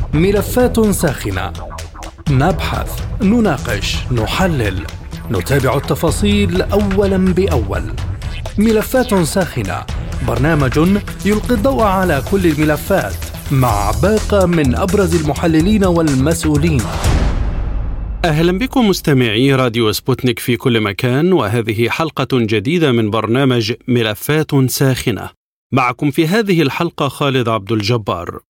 ملفات ساخنة، نبحث، نناقش، نحلل، نتابع التفاصيل أولا بأول. ملفات ساخنة، برنامج يلقي الضوء على كل الملفات مع باقة من أبرز المحللين والمسؤولين. أهلا بكم مستمعي راديو سبوتنيك في كل مكان، وهذه حلقة جديدة من برنامج ملفات ساخنة. معكم في هذه الحلقة خالد عبد الجبار.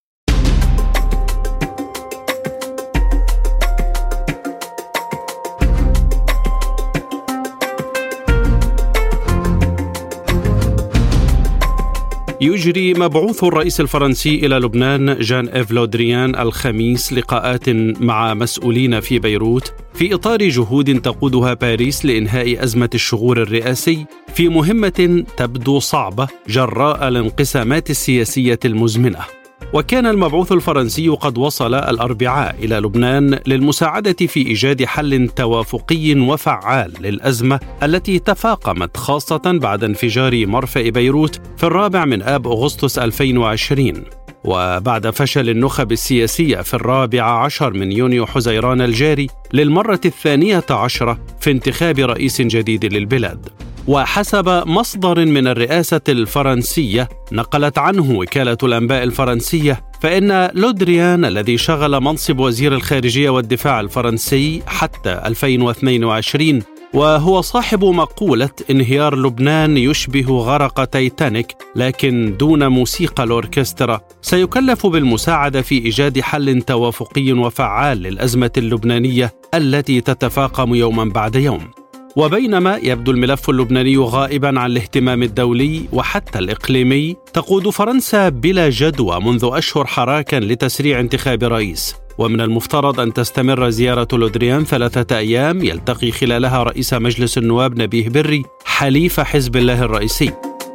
يجري مبعوث الرئيس الفرنسي إلى لبنان جان-إيف لو دريان الخميس لقاءات مع مسؤولين في بيروت في إطار جهود تقودها باريس لإنهاء أزمة الشغور الرئاسي في مهمة تبدو صعبة جراء الانقسامات السياسية المزمنة. وكان المبعوث الفرنسي قد وصل الأربعاء إلى لبنان للمساعدة في إيجاد حل توافقي وفعال للأزمة التي تفاقمت خاصة بعد انفجار مرفأ بيروت في 4 أغسطس 2020، وبعد فشل النخب السياسية في 14 يونيو حزيران الجاري للمرة 12 في انتخاب رئيس جديد للبلاد. وحسب مصدر من الرئاسة الفرنسية نقلت عنه وكالة الأنباء الفرنسية، فإن لو دريان الذي شغل منصب وزير الخارجية والدفاع الفرنسي حتى 2022 وهو صاحب مقولة انهيار لبنان يشبه غرق تايتانيك لكن دون موسيقى الأوركسترا، سيكلف بالمساعدة في إيجاد حل توافقي وفعال للأزمة اللبنانية التي تتفاقم يوما بعد يوم. وبينما يبدو الملف اللبناني غائبا عن الاهتمام الدولي وحتى الإقليمي، تقود فرنسا بلا جدوى منذ أشهر حراكا لتسريع انتخاب رئيس، ومن المفترض أن تستمر زيارة لو دريان 3 أيام يلتقي خلالها رئيس مجلس النواب نبيه بري حليف حزب الله الرئيسي.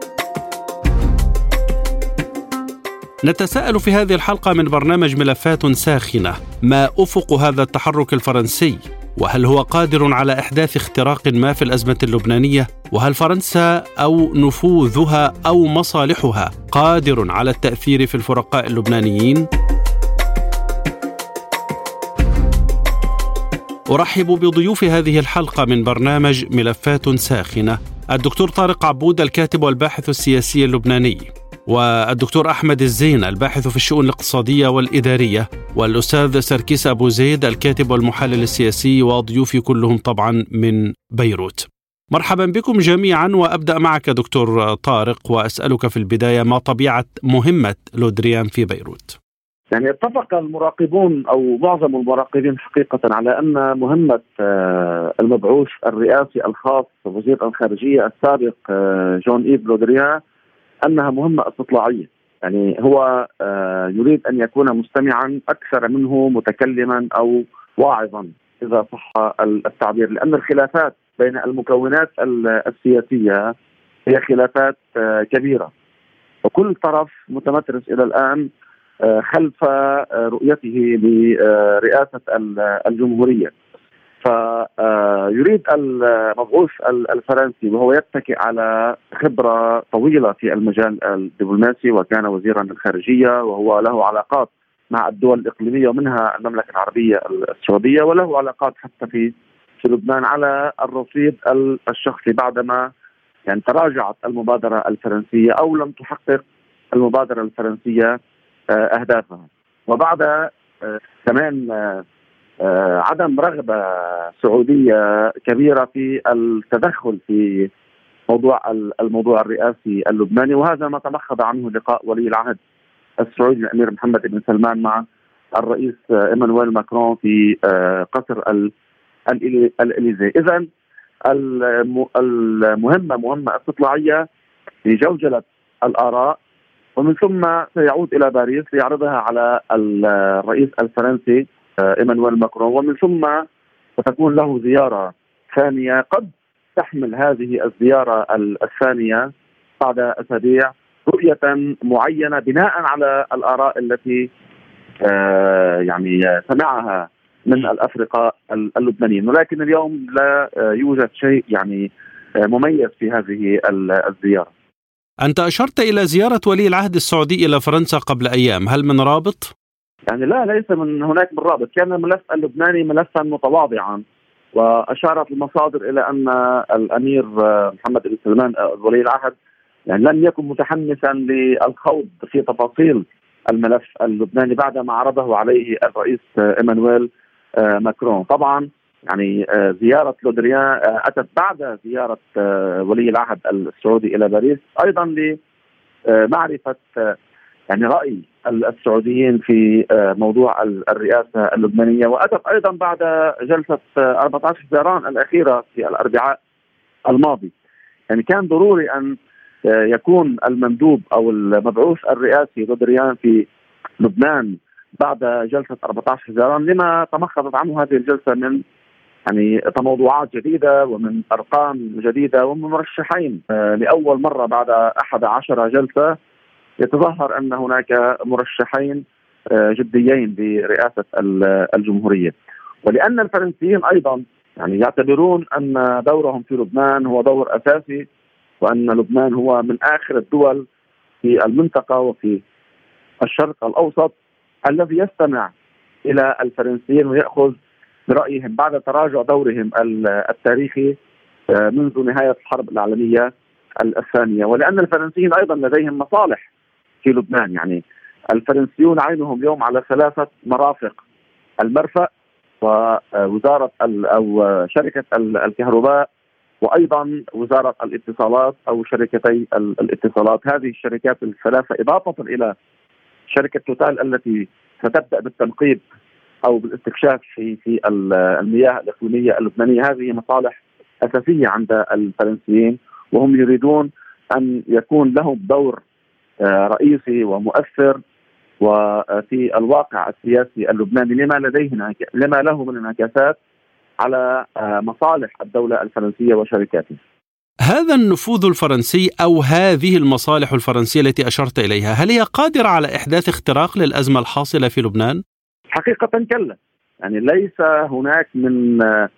نتساءل في هذه الحلقة من برنامج ملفات ساخنة ما أفق هذا التحرك الفرنسي، وهل هو قادر على إحداث اختراق ما في الأزمة اللبنانية؟ وهل فرنسا أو نفوذها أو مصالحها قادر على التأثير في الفرقاء اللبنانيين؟ أرحب بضيوف هذه الحلقة من برنامج ملفات ساخنة: الدكتور طارق عبود الكاتب والباحث السياسي اللبناني، والدكتور أحمد الزين الباحث في الشؤون الاقتصادية والإدارية، والأستاذ سركيس أبو زيد الكاتب والمحلل السياسي، وضيوفي كلهم طبعا من بيروت. مرحبا بكم جميعا، وأبدأ معك دكتور طارق وأسألك في البداية ما طبيعة مهمة لو دريان في بيروت؟ يعني اتفق المراقبون أو معظم المراقبين حقيقة على أن مهمة المبعوث الرئاسي الخاص وزير الخارجية السابق جان-إيف لو دريان أنها مهمة استطلاعية. يعني هو يريد أن يكون مستمعا أكثر منه متكلما أو واعظا إذا صح التعبير، لأن الخلافات بين المكونات السياسية هي خلافات كبيرة، وكل طرف متمترس إلى الآن خلف رؤيته لرئاسة الجمهورية. فيريد المبعوث الفرنسي، وهو يتكئ على خبرة طويلة في المجال الدبلوماسي وكان وزيرا للخارجية، وهو له علاقات مع الدول الإقليمية ومنها المملكة العربية السعودية، وله علاقات حتى في لبنان على الرصيد الشخصي بعدما يعني تراجعت المبادرة الفرنسية أو لم تحقق المبادرة الفرنسية أهدافها، وبعد كمان عدم رغبة سعودية كبيرة في التدخل في الموضوع الرئاسي اللبناني. وهذا ما تمخض عنه لقاء ولي العهد السعودي الأمير محمد بن سلمان مع الرئيس إيمانويل ماكرون في قصر الإليزي. إذن المهمة مهمة استطلاعية لجوجلة الآراء، ومن ثم سيعود إلى باريس ليعرضها على الرئيس الفرنسي إيمانويل ماكرون، ومن ثم ستكون له زيارة ثانية قد تحمل هذه الزيارة الثانية بعد أسابيع رؤية معينة بناء على الآراء التي يعني سمعها من الأفرقاء اللبنانيين. ولكن اليوم لا يوجد شيء يعني مميز في هذه الزيارة. أنت أشرت إلى زيارة ولي العهد السعودي إلى فرنسا قبل أيام، هل من رابط؟ يعني لا، ليس من هناك من رابط. كان الملف اللبناني ملفا متواضعا، وأشارت المصادر إلى أن الأمير محمد بن سلمان ولي العهد يعني لم يكن متحمسا للخوض في تفاصيل الملف اللبناني بعدما عرضه عليه الرئيس إيمانويل ماكرون. طبعا يعني زيارة لودريان أتت بعد زيارة ولي العهد السعودي إلى باريس، أيضا لمعرفة يعني رأي السعوديين في موضوع الرئاسة اللبنانية، وأتت أيضا بعد جلسة 14 فبراير الأخيرة في الأربعاء الماضي. يعني كان ضروري أن يكون المندوب أو المبعوث الرئاسي لودريان في لبنان بعد جلسة 14 فبراير، لما تمخضت عنه هذه الجلسة من يعني تموضعات جديدة ومن أرقام جديدة ومن مرشحين. لأول مرة بعد 11 جلسة يتظاهر أن هناك مرشحين جديين برئاسة الجمهورية. ولأن الفرنسيين أيضا يعني يعتبرون أن دورهم في لبنان هو دور أساسي، وأن لبنان هو من آخر الدول في المنطقة وفي الشرق الأوسط الذي يستمع إلى الفرنسيين ويأخذ برأيهم بعد تراجع دورهم التاريخي منذ نهاية الحرب العالمية الثانية. ولأن الفرنسيين أيضا لديهم مصالح في لبنان. يعني الفرنسيون عينهم اليوم على 3 مرافق: المرفأ، ووزارة أو شركة الكهرباء، وأيضا وزارة الاتصالات أو شركتي الاتصالات. هذه الشركات ال3 إضافة إلى شركة توتال التي ستبدأ بالتنقيب أو بالاستكشاف في المياه الإقليمية اللبنانية. هذه مصالح أساسية عند الفرنسيين، وهم يريدون أن يكون لهم دور رئيسي ومؤثر وفي الواقع السياسي اللبناني، لما له من انعكاسات على مصالح الدولة الفرنسية وشركاتها. هذا النفوذ الفرنسي أو هذه المصالح الفرنسية التي أشرت إليها، هل هي قادرة على إحداث اختراق للأزمة الحاصلة في لبنان؟ حقيقة كلا. يعني ليس هناك من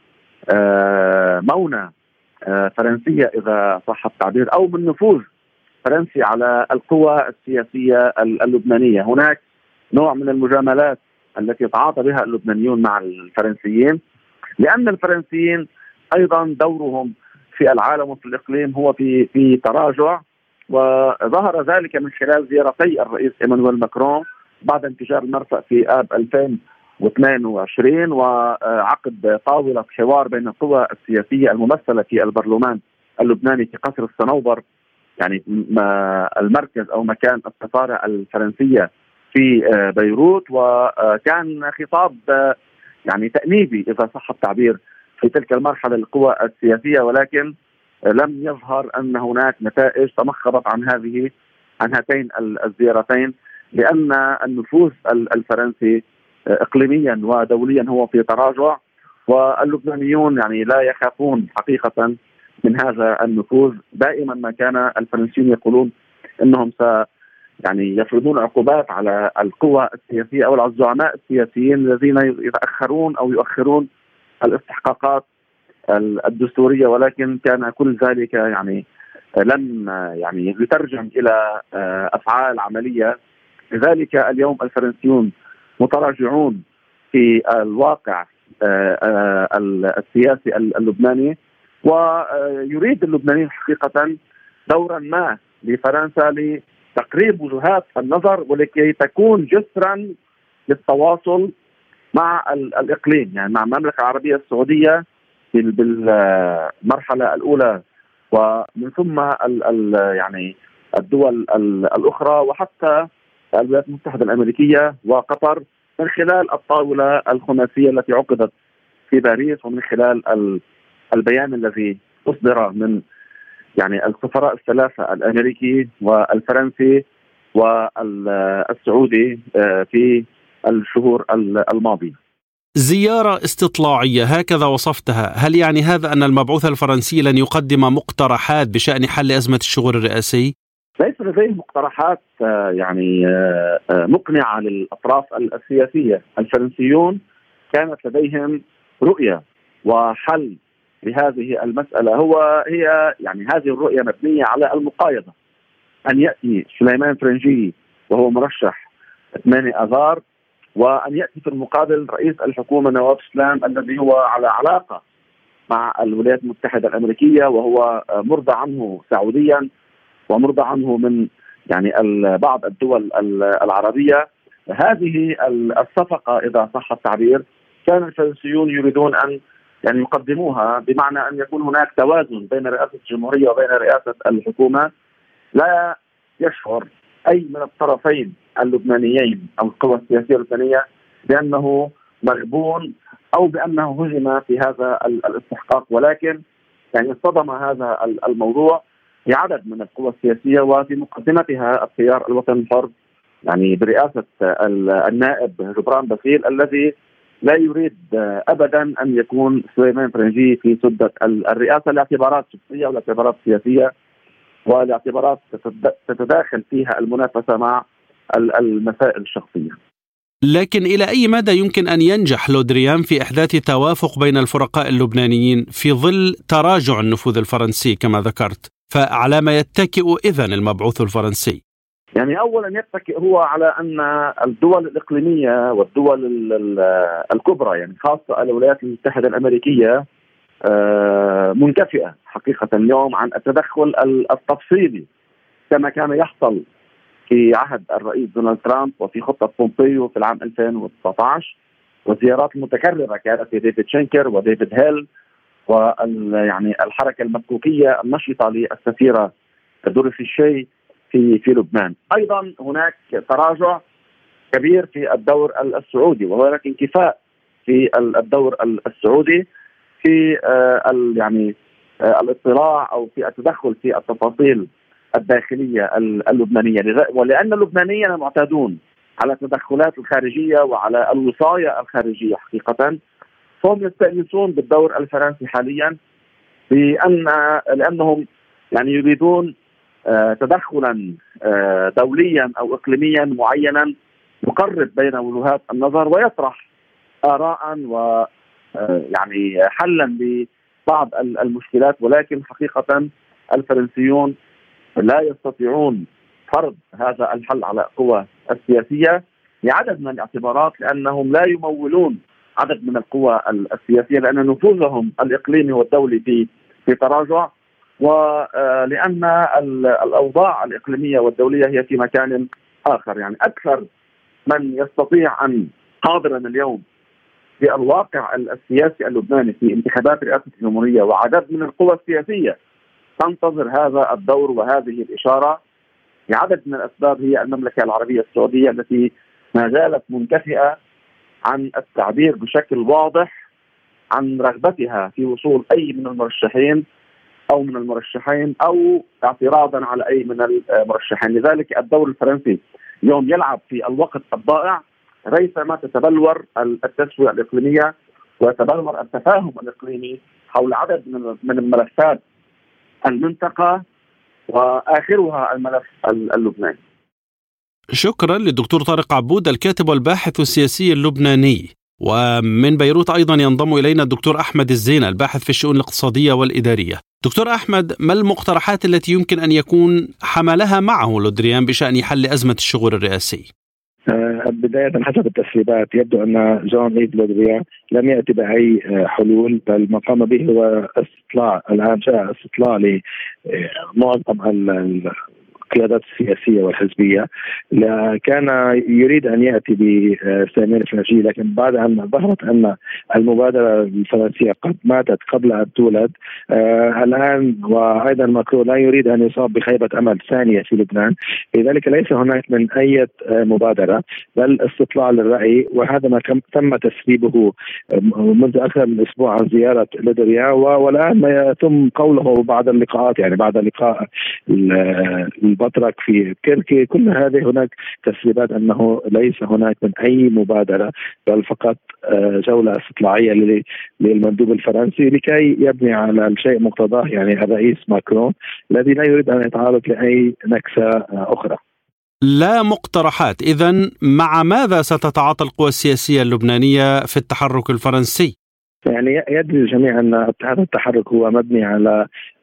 مونة فرنسية إذا صح التعبير أو من نفوذ فرنسي على القوى السياسية اللبنانية. هناك نوع من المجاملات التي تعاطى بها اللبنانيون مع الفرنسيين، لأن الفرنسيين أيضا دورهم في العالم وفي الإقليم هو في تراجع، وظهر ذلك من خلال زيارتي الرئيس إيمانويل ماكرون بعد انفجار المرفأ في آب 2022 وعقد طاولة حوار بين القوى السياسية الممثلة في البرلمان اللبناني في قصر الصنوبر، يعني المركز أو مكان السفارة الفرنسية في بيروت. وكان خطاب يعني تأنيبي إذا صح التعبير في تلك المرحلة للقوى السياسية، ولكن لم يظهر أن هناك نتائج تمخضت عن هاتين الزيارتين، لأن النفوذ الفرنسي إقليميا ودوليا هو في تراجع، واللبنانيون يعني لا يخافون حقيقة من هذا النفوذ. دائما ما كان الفرنسيين يقولون انهم يعني يفرضون عقوبات على القوى السياسيه او الزعماء السياسيين الذين يتاخرون او يؤخرون الاستحقاقات الدستوريه، ولكن كان كل ذلك يعني لم يعني يترجم الى افعال عمليه. لذلك اليوم الفرنسيون متراجعون في الواقع السياسي اللبناني، ويريد اللبنانيين حقيقة دورا ما لفرنسا لتقريب وجهات النظر ولكي تكون جسرا للتواصل مع الإقليم، يعني مع المملكة العربية السعودية بالمرحلة الأولى، ومن ثم يعني الدول الأخرى وحتى الولايات المتحدة الأمريكية وقطر من خلال الطاولة الخماسية التي عقدت في باريس، ومن خلال البيان الذي أصدر من يعني السفراء ال3 الأمريكي والفرنسي والسعودي في الشهور الماضية. زيارة استطلاعية هكذا وصفتها، هل يعني هذا أن المبعوث الفرنسي لن يقدم مقترحات بشأن حل أزمة الشغل الرئاسي؟ ليس لديه مقترحات يعني مقنعة للأطراف السياسية. الفرنسيون كانت لديهم رؤية وحل لهذه المسألة، هي يعني هذه الرؤية مبنية على المقايضة، أن يأتي سليمان فرنجي وهو مرشح 8 آذار وأن يأتي في المقابل رئيس الحكومة نواف سلام الذي هو على علاقة مع الولايات المتحدة الأمريكية، وهو مرضى عنه سعوديا ومرضى عنه من يعني بعض الدول العربية. هذه الصفقة إذا صح التعبير كان الفرنسيون يريدون أن يعني يقدموها، بمعنى أن يكون هناك توازن بين رئاسة الجمهورية وبين رئاسة الحكومة. لا يشعر أي من الطرفين اللبنانيين أو القوى السياسية اللبنانية بأنه مغبون أو بأنه هزم في هذا الاستحقاق، ولكن يعني اصطدم هذا الموضوع بعدد من القوى السياسية، وفي مقدمتها التيار الوطني الحر يعني برئاسة النائب جبران باسيل الذي لا يريد أبدا أن يكون سليمان فرنجي في سدة الرئاسة لاعتبارات شخصية ولاعتبارات سياسية والاعتبارات تتداخل فيها المنافسة مع المسائل الشخصية. لكن إلى أي مدى يمكن أن ينجح لودريان في إحداث توافق بين الفرقاء اللبنانيين في ظل تراجع النفوذ الفرنسي كما ذكرت؟ فعلى ما يتكئ إذن المبعوث الفرنسي؟ يعني أولا يتكئ هو على أن الدول الإقليمية والدول الكبرى يعني خاصة الولايات المتحدة الأمريكية منكفئة حقيقة اليوم عن التدخل التفصيلي كما كان يحصل في عهد الرئيس دونالد ترامب وفي خطة بومبيو في العام 2019، والزيارات المتكررة كانت لديفيد شينكر وديفيد هيل يعني الحركة المكوكية النشطة للسفيرة دوريثي شي في لبنان. أيضا هناك تراجع كبير في الدور السعودي، وهناك انكفاء في الدور السعودي في يعني الاطلاع أو في التدخل في التفاصيل الداخلية اللبنانية، ولأن اللبنانيين معتادون على التدخلات الخارجية وعلى الوصاية الخارجية حقيقة، فهم يستأنسون بالدور الفرنسي حاليا لأنهم يعني يريدون تدخلا دوليا أو إقليميا معينا يقرب بين وجهات النظر ويطرح آراء و يعني حلا لبعض المشكلات، ولكن حقيقة الفرنسيون لا يستطيعون فرض هذا الحل على القوى السياسية لعدد من الاعتبارات، لأنهم لا يمولون عدد من القوى السياسية، لأن نفوذهم الإقليمي والدولي في تراجع، ولأن الأوضاع الإقليمية والدولية هي في مكان آخر. يعني أكثر من يستطيع أن حاضرا اليوم في الواقع السياسي اللبناني في انتخابات رئاسة الجمهورية وعدد من القوى السياسية تنتظر هذا الدور وهذه الإشارة لعدد من الأسباب هي المملكة العربية السعودية التي ما زالت منكفئة عن التعبير بشكل واضح عن رغبتها في وصول أي من المرشحين أو اعتراضا على أي من المرشحين. لذلك الدور الفرنسي اليوم يلعب في الوقت الضائع ريثما تتبلور التسوية الإقليمية ويتبلور التفاهم الإقليمي حول عدد من الملفات المنطقة وآخرها الملف اللبناني. شكرا للدكتور طارق عبود الكاتب والباحث السياسي اللبناني. ومن بيروت أيضا ينضم إلينا الدكتور أحمد الزينة الباحث في الشؤون الاقتصادية والإدارية. دكتور أحمد، ما المقترحات التي يمكن أن يكون حملها معه لودريان بشأن حل أزمة الشغل الرئاسي؟ بداية حسب التسريبات يبدو أن جون إيف لودريان لم يأتي بأي حلول، بل ما قام به هو استطلاع. الآن جاء استطلاع لمعظم القيادات السياسية والحزبية، كان يريد أن يأتي بسليمان فرنجي، لكن بعد أن ظهرت أن المبادرة الفرنسية قد ماتت قبل أن تولد، الآن وأيضا ماكرون لا يريد أن يصاب بخيبة أمل ثانية في لبنان. لذلك ليس هناك من أي مبادرة بل استطلاع للرأي، وهذا ما تم تسريبه منذ أكثر من أسبوع عن زيارة لودريان، والآن ما يتم قوله بعد اللقاءات، يعني بعد لقاء البطرك في كركي، كل هذه هناك تسريبات أنه ليس هناك من أي مبادرة بل فقط جولة استطلاعية للمندوب الفرنسي لكي يبني على الشيء مقتضاه، يعني الرئيس ماكرون الذي لا يريد أن يتعرض لأي نكسة أخرى. لا مقترحات. إذن مع ماذا ستتعاطى القوى السياسية اللبنانية في التحرك الفرنسي؟ يعني يدري الجميع أن هذا التحرك هو مبني على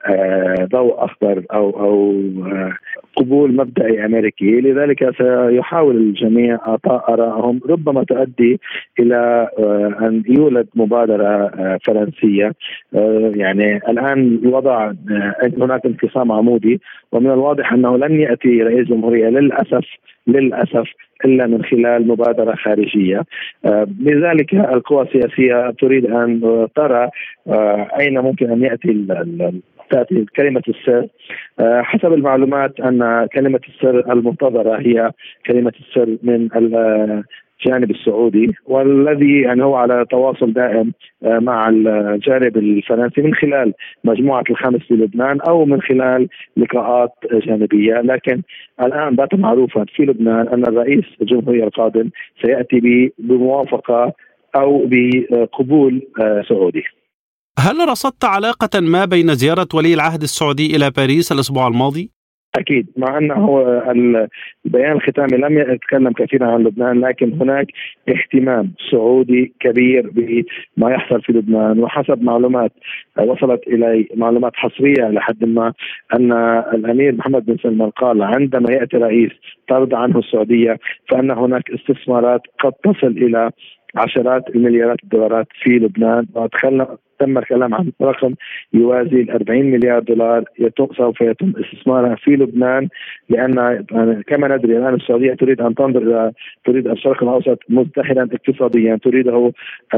ضوء أخضر أو قبول مبدئي أمريكي. لذلك سيحاول الجميع إعطاء آرائهم، ربما تؤدي إلى أن يولد مبادرة فرنسية. يعني الآن الوضع هناك انقسام عمودي، ومن الواضح أنه لن يأتي رئيس جمهورية للأسف إلا من خلال مبادرة خارجية. لذلك القوى السياسية تريد أن ترى أين ممكن أن تأتي كلمة السر. حسب المعلومات أن كلمة السر المنتظرة هي كلمة السر من الجانب السعودي، والذي يعني هو على تواصل دائم مع الجانب الفرنسي من خلال مجموعة الخمس في لبنان أو من خلال لقاءات جانبية. لكن الآن بات معروفا في لبنان أن الرئيس الجمهورية القادم سيأتي بموافقة أو بقبول سعودي. هل رصدت علاقة ما بين زيارة ولي العهد السعودي إلى باريس الأسبوع الماضي؟ أكيد، مع أنه البيان الختامي لم يتكلم كثيرا عن لبنان، لكن هناك اهتمام سعودي كبير بما يحصل في لبنان. وحسب معلومات وصلت إلي معلومات حصرية لحد ما أن الأمير محمد بن سلمان قال عندما يأتي رئيس ترضى عنه السعودية فإن هناك استثمارات قد تصل إلى عشرات المليارات الدولارات في لبنان. تم الكلام عن رقم يوازي 40 مليار دولار سوف يتم استثمارها في لبنان، لأن كما ندري الآن السعودية تريد أن تنظر تريد الشرق الأوسط مزدهرا اقتصاديا، تريده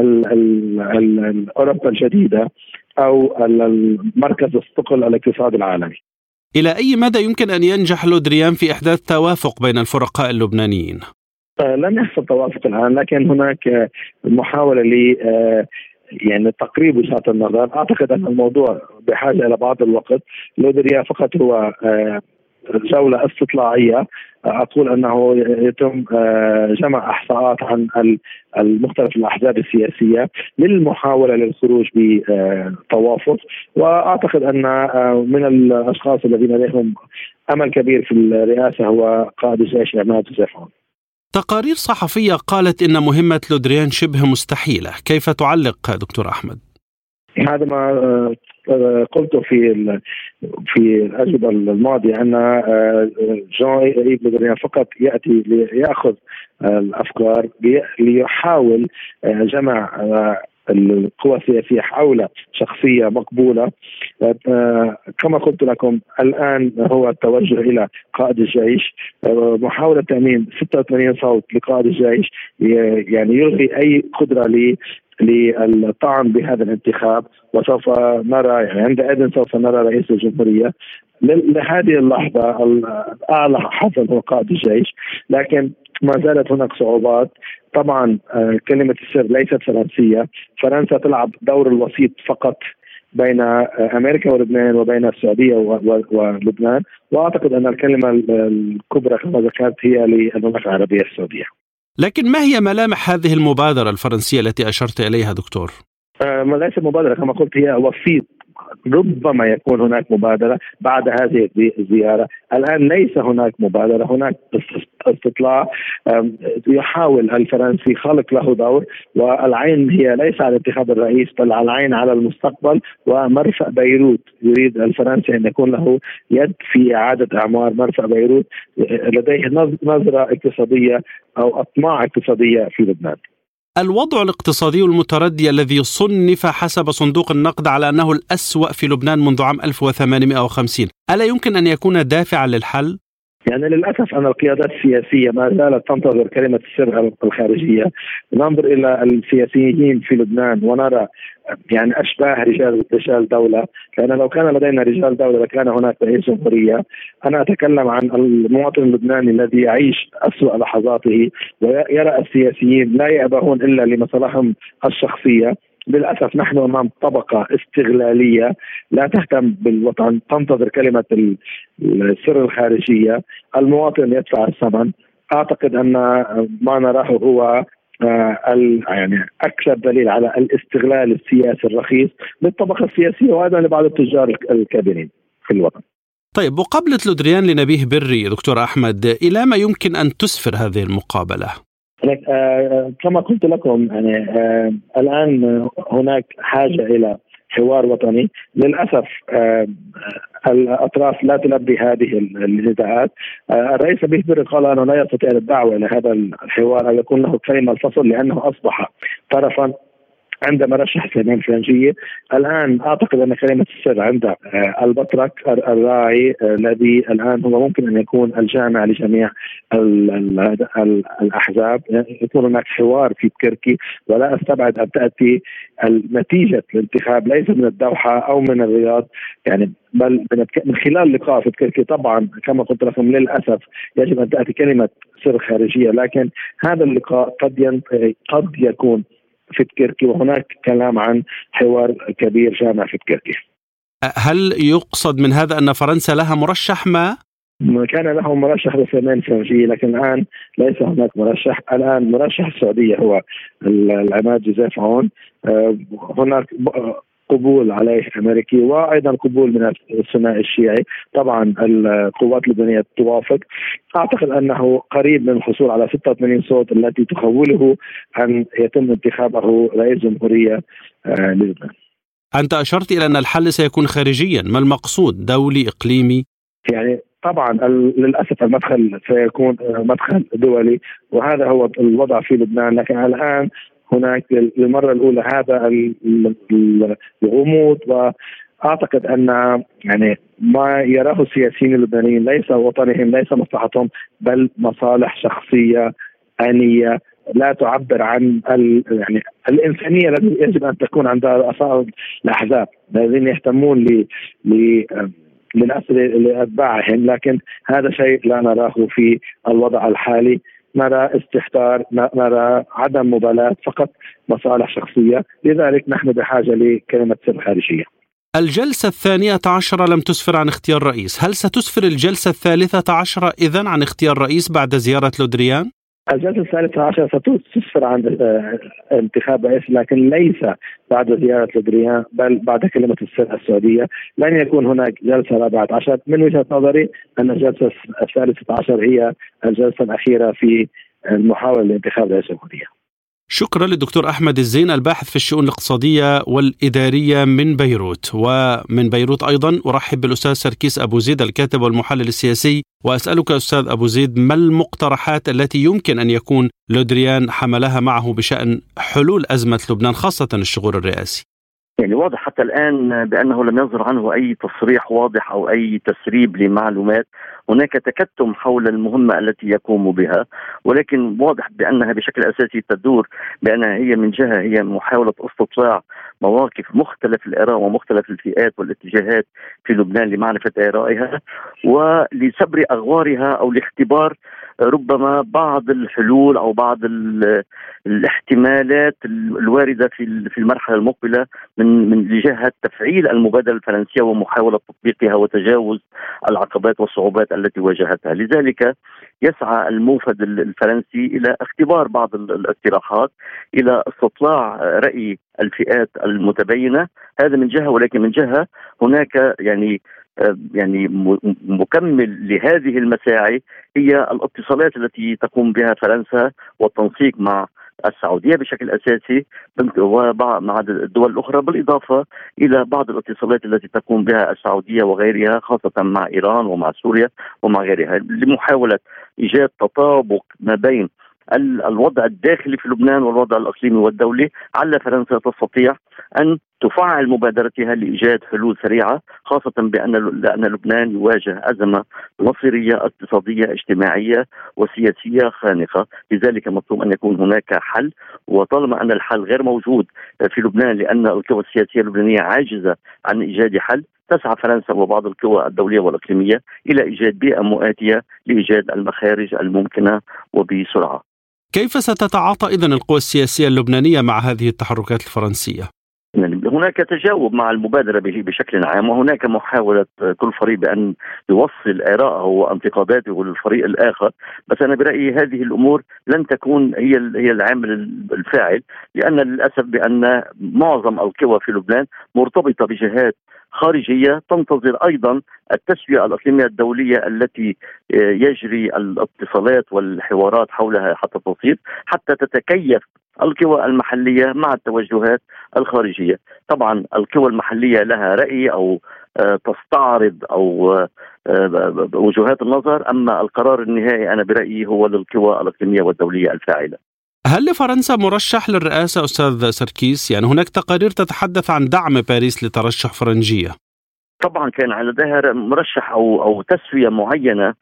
أوروبا الجديدة أو المركز الثقل الاقتصادي العالمي. إلى أي مدى يمكن أن ينجح لودريان في إحداث توافق بين الفرقاء اللبنانيين؟ لم يحصل توافق الآن، لكن هناك محاولة يعني تقريب وجهات النظر. أعتقد أن الموضوع بحاجة إلى بعض الوقت. لودريان فقط هو جولة استطلاعية. أقول أنه يتم جمع إحصاءات عن المختلف الأحزاب السياسية للمحاولة للخروج بتوافق، وأعتقد أن من الأشخاص الذين لديهم أمل كبير في الرئاسة هو قائد الجيش عماد الزيفون. تقارير صحفية قالت إن مهمة لودريان شبه مستحيلة، كيف تعلق دكتور أحمد؟ هذا ما قلت في الأجوبة الماضية، أن جان-إيف لودريان فقط يأتي ليأخذ الأفكار ليحاول جمع القوى السياسية حول شخصية مقبولة. كما قلت لكم الآن هو التوجه إلى قائد الجيش، محاولة تأمين 86 صوت لقائد الجيش، يعني يلغي أي قدرة للطعن بهذا الانتخاب. وسوف نرى يعني عندئذ سوف نرى رئيس الجمهورية. لهذه اللحظة الأعلى حظا هو قائد الجيش، لكن ما زالت هناك صعوبات. طبعا كلمة السر ليست فرنسية، فرنسا تلعب دور الوسيط فقط بين أمريكا ولبنان وبين السعودية ولبنان، وأعتقد أن الكلمة الكبرى كما ذكرت هي للمملكة العربية السعودية. لكن ما هي ملامح هذه المبادرة الفرنسية التي أشرت إليها دكتور؟ ليس مبادرة كما قلت، هي وسيط. ربما يكون هناك مبادرة بعد هذه الزيارة. الآن ليس هناك مبادرة، هناك استطلاع يحاول الفرنسي خلق له دور، والعين هي ليس على انتخاب الرئيس بل على العين على المستقبل ومرفأ بيروت. يريد الفرنسي أن يكون له يد في إعادة أعمار مرفأ بيروت، لديه نظرة اقتصادية أو أطماع اقتصادية في لبنان. الوضع الاقتصادي المتردي الذي صنف حسب صندوق النقد على أنه الأسوأ في لبنان منذ عام 1850، ألا يمكن أن يكون دافعا للحل؟ يعني للأسف أن القيادات السياسية ما زالت تنتظر كلمة السر الخارجية. ننظر إلى السياسيين في لبنان ونرى يعني أشباه رجال دولة، لأن لو كان لدينا رجال دولة لكان هناك رئيس جمهورية. أنا أتكلم عن المواطن اللبناني الذي يعيش أسوأ لحظاته ويرى السياسيين لا يأبهون إلا لمصالحهم الشخصية. للأسف نحن أمام طبقة استغلالية لا تهتم بالوطن، تنتظر كلمة السر الخارجية. المواطن يدفع الثمن. أعتقد أن ما نراه هو يعني أكثر دليل على الاستغلال السياسي الرخيص للطبقة السياسية وأيضا لبعض التجار الكبيرين في الوطن. طيب، مقابلة لودريان لنبيه بري دكتور أحمد، إلى ما يمكن أن تسفر هذه المقابلة؟ كما قلت لكم يعني الآن هناك حاجة إلى حوار وطني. للأسف الأطراف لا تلبي هذه النداءات. الرئيس أبي بري قال أنه لا يستطيع الدعوة إلى هذا الحوار أو يكون له كلمة الفصل لأنه أصبح طرفا عندما رشح سليمان فرنجية. الآن أعتقد أن كلمة السر عند البطرك الراعي الذي الآن هو ممكن أن يكون الجامع لجميع الأحزاب. يكون هناك حوار في تركي، ولا أستبعد أن تأتي نتيجة الانتخاب ليس من الدوحة أو من الرياض، يعني بل من خلال لقاء في تركي. طبعا كما قلت لكم للأسف يجب أن تأتي كلمة سر خارجية، لكن هذا اللقاء قد يكون في تركي، وهناك كلام عن حوار كبير جامع في تركي. هل يقصد من هذا أن فرنسا لها مرشح ما؟ كان له مرشح لسليمان فرنجية، لكن الآن ليس هناك مرشح. الآن مرشح السعودية هو العماد جوزيف عون. هناك قبول عليه أمريكي وأيضا قبول من الثنائي الشيعي. طبعا القوات اللبنانية توافق. أعتقد أنه قريب من الحصول على 86 صوت التي تخوله أن يتم انتخابه رئيس جمهورية للبنان. أنت أشرت إلى أن الحل سيكون خارجيا، ما المقصود؟ دولي، إقليمي؟ يعني طبعا للأسف المدخل سيكون مدخل دولي، وهذا هو الوضع في لبنان. لكن الآن هناك للمرة الأولى هذا الغموض، وأعتقد أن يعني ما يراه السياسيين اللبنانيين ليس وطنهم، ليس مصلحتهم، بل مصالح شخصية آنية لا تعبر عن يعني الإنسانية التي يجب أن تكون عند رؤساء الأحزاب الذين يهتمون لأتباعهم. لكن هذا شيء لا نراه في الوضع الحالي. نرى استهتار، نرى عدم مبالاة، فقط مصالح شخصية. لذلك نحن بحاجة لكلمة سر خارجية. الجلسة 12 لم تسفر عن اختيار رئيس، هل ستسفر الجلسة 13 إذن عن اختيار رئيس بعد زيارة لودريان؟ الجلسة 13 ستسفر عن انتخاب رئيس، لكن ليس بعد زيارة لودريان بل بعد كلمة السر السعودية. لن يكون هناك جلسة 14. من وجهة نظري أن الجلسة 13 هي الجلسة الأخيرة في المحاولة لانتخاب رئيس الجمهورية. شكرا للدكتور أحمد الزين، الباحث في الشؤون الاقتصادية والإدارية من بيروت. ومن بيروت أيضا أرحب بالأستاذ سركيس أبو زيد، الكاتب والمحلل السياسي. وأسألك أستاذ أبو زيد، ما المقترحات التي يمكن أن يكون لودريان حملها معه بشأن حلول أزمة لبنان، خاصة الشغور الرئاسي؟ يعني واضح حتى الآن بأنه لم يصدر عنه أي تصريح واضح أو أي تسريب لمعلومات. هناك تكتم حول المهمة التي يقوم بها، ولكن واضح بأنها بشكل أساسي تدور بأنها هي من جهة هي محاولة استطلاع مواقف مختلف الآراء ومختلف الفئات والاتجاهات في لبنان لمعرفة آرائها ولسبر أغوارها أو لاختبار ربما بعض الحلول أو بعض الاحتمالات الواردة في المرحلة المقبلة من لجهة تفعيل المبادرة الفرنسية ومحاولة تطبيقها وتجاوز العقبات والصعوبات التي واجهتها. لذلك يسعى الموفد الفرنسي إلى اختبار بعض الاقتراحات، إلى استطلاع رأي الفئات المتبينة. هذا من جهة، ولكن من جهة هناك يعني مكمل لهذه المساعي هي الاتصالات التي تقوم بها فرنسا والتنسيق مع السعودية بشكل أساسي ومع الدول الأخرى، بالإضافة إلى بعض الاتصالات التي تقوم بها السعودية وغيرها، خاصة مع إيران ومع سوريا ومع غيرها، لمحاولة إيجاد تطابق ما بين الوضع الداخلي في لبنان والوضع الإقليمي والدولي. على فرنسا تستطيع أن تفعل مبادرتها لإيجاد حلول سريعة، خاصة لأن لبنان يواجه أزمة مصيرية اقتصادية اجتماعية وسياسية خانقة. لذلك مطلوب أن يكون هناك حل، وطالما أن الحل غير موجود في لبنان لأن القوى السياسية اللبنانية عاجزة عن إيجاد حل، تسعى فرنسا وبعض القوى الدولية والإقليمية إلى إيجاد بيئة مؤاتية لإيجاد المخارج الممكنة وبسرعة. كيف ستتعاطى إذن القوى السياسية اللبنانية مع هذه التحركات الفرنسية؟ هناك تجاوب مع المبادرة بشكل عام، وهناك محاولة كل فريق بأن يوصل آراءه وانتقاداته للفريق الآخر. بس أنا برأيي هذه الأمور لن تكون هي العامل الفاعل، لأن للأسف بأن معظم القوى في لبنان مرتبطة بجهات خارجية تنتظر أيضا التسوية الإقليمية الدولية التي يجري الاتصالات والحوارات حولها حتى تصير، حتى تتكيف القوى المحلية مع التوجهات الخارجية. طبعا القوى المحلية لها رأي أو تستعرض أو وجهات النظر، أما القرار النهائي أنا برأيي هو للقوى الإقليمية والدولية الفاعلة. هل لفرنسا مرشح للرئاسة أستاذ سركيس؟ يعني هناك تقارير تتحدث عن دعم باريس لترشح فرنجية. طبعا كان على ظهر مرشح أو تسوية معينة،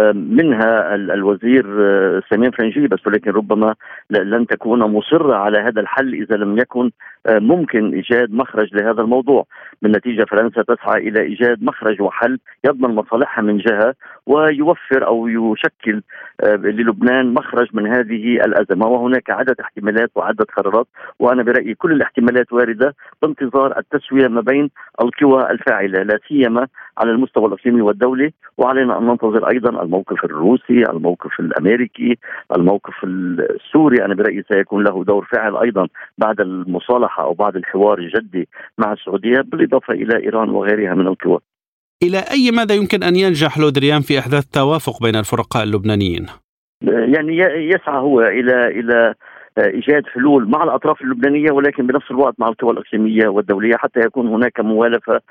منها الوزير سامين فرنجي، بس ولكن ربما لن تكون مصرة على هذا الحل إذا لم يكن ممكن إيجاد مخرج لهذا الموضوع. بالنتيجة فرنسا تسعى إلى إيجاد مخرج وحل يضمن مصالحها من جهة ويوفر أو يشكل للبنان مخرج من هذه الأزمة. وهناك عدة احتمالات وعدة قرارات، وأنا برأيي كل الاحتمالات واردة بانتظار التسوية ما بين القوى الفاعلة، لا سيما على المستوى الإقليمي والدولي. وعلينا أن ننتظر أيضا الموقف الروسي، الموقف الأمريكي، الموقف السوري. أنا برأيي سيكون له دور فاعل أيضا بعد المصالحة أو بعد الحوار الجدي مع السعودية، بالإضافة إلى إيران وغيرها من القوى. إلى أي مدى يمكن أن ينجح لودريان في إحداث توافق بين الفرقاء اللبنانيين؟ يعني يسعى هو إلى إيجاد حلول مع الأطراف اللبنانية، ولكن بنفس الوقت مع القوى الإقليمية والدولية حتى يكون هناك موالفة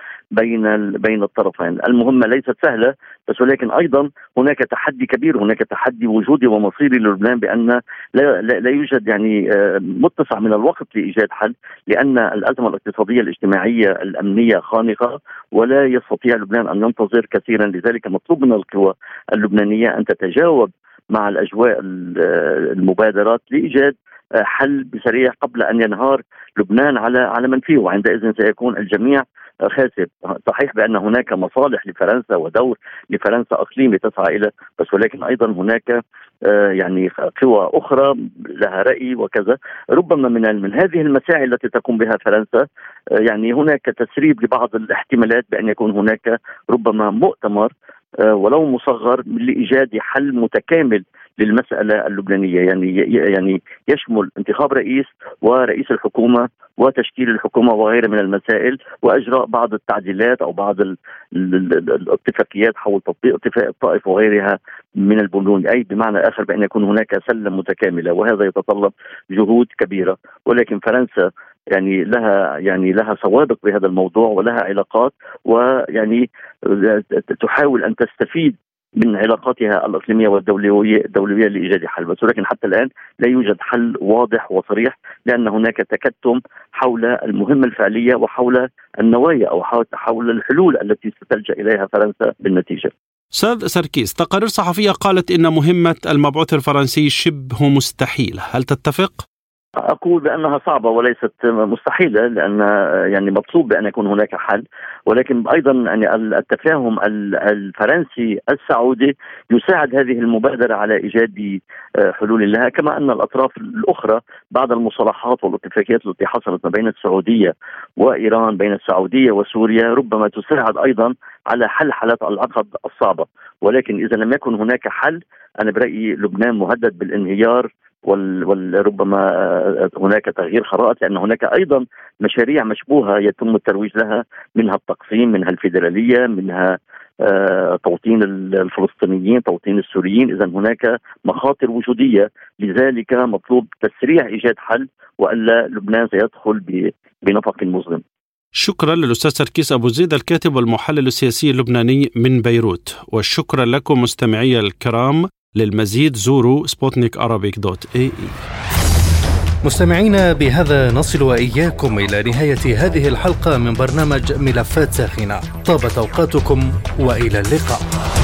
بين الطرفين. المهمة ليست سهلة، بس ولكن أيضا هناك تحدي كبير، هناك تحدي وجودي ومصيري للبنان بأن لا يوجد يعني متسع من الوقت لإيجاد حل، لأن الأزمة الاقتصادية الاجتماعية الأمنية خانقة ولا يستطيع لبنان أن ينتظر كثيرا. لذلك مطلوب من القوى اللبنانية أن تتجاوب مع الأجواء المبادرات لإيجاد حل بسريع قبل أن ينهار لبنان على من فيه، وعندئذ سيكون الجميع خاسر. صحيح بأن هناك مصالح لفرنسا ودور لفرنسا أقليمي تسعى إلى، بس ولكن أيضا هناك يعني قوى أخرى لها رأي وكذا. ربما من هذه المساعي التي تقوم بها فرنسا يعني هناك تسريب لبعض الاحتمالات بأن يكون هناك ربما مؤتمر ولو مصغر لإيجاد حل متكامل للمسألة اللبنانية، يعني يشمل انتخاب رئيس ورئيس الحكومة وتشكيل الحكومة وغيرها من المسائل، وإجراء بعض التعديلات أو بعض الاتفاقيات حول تطبيق اتفاق الطائف وغيرها من البنود، أي بمعنى آخر بأن يكون هناك سلة متكاملة، وهذا يتطلب جهود كبيرة. ولكن فرنسا يعني لها سوابق بهذا الموضوع ولها علاقات، ويعني تحاول أن تستفيد من علاقاتها الإقليمية والدولية لإيجاد حل، بس ولكن حتى الآن لا يوجد حل واضح وصريح، لأن هناك تكتم حول المهمة الفعلية وحول النوايا أو حول الحلول التي ستلجأ إليها فرنسا بالنتيجة. أستاذ سركيس، تقارير صحفية قالت إن مهمة المبعوث الفرنسي شبه مستحيلة، هل تتفق؟ أقول بأنها صعبة وليست مستحيلة، لأن يعني مطلوب بأن يكون هناك حل، ولكن أيضا يعني التفاهم الفرنسي السعودي يساعد هذه المبادرة على إيجاد حلول لها، كما أن الأطراف الأخرى بعد المصالحات والاتفاقيات التي حصلت ما بين السعودية وإيران، بين السعودية وسوريا، ربما تساعد أيضا على حل حالات العقد الصعبة. ولكن إذا لم يكن هناك حل أنا برأيي لبنان مهدد بالانهيار، وربما هناك تغيير خرائط، لأن هناك أيضا مشاريع مشبوهة يتم الترويج لها، منها التقسيم، منها الفيدرالية، منها توطين الفلسطينيين، توطين السوريين. إذا هناك مخاطر وجودية، لذلك مطلوب تسريع إيجاد حل، وإلا لبنان سيدخل بنفق مظلم. شكرا للأستاذ سركيس أبو زيد، الكاتب والمحلل السياسي اللبناني من بيروت، والشكرا لكم مستمعي الكرام. للمزيد زوروا sputnikarabic.ae. مستمعينا، بهذا نصل وإياكم إلى نهاية هذه الحلقة من برنامج ملفات ساخنة. طابت أوقاتكم وإلى اللقاء.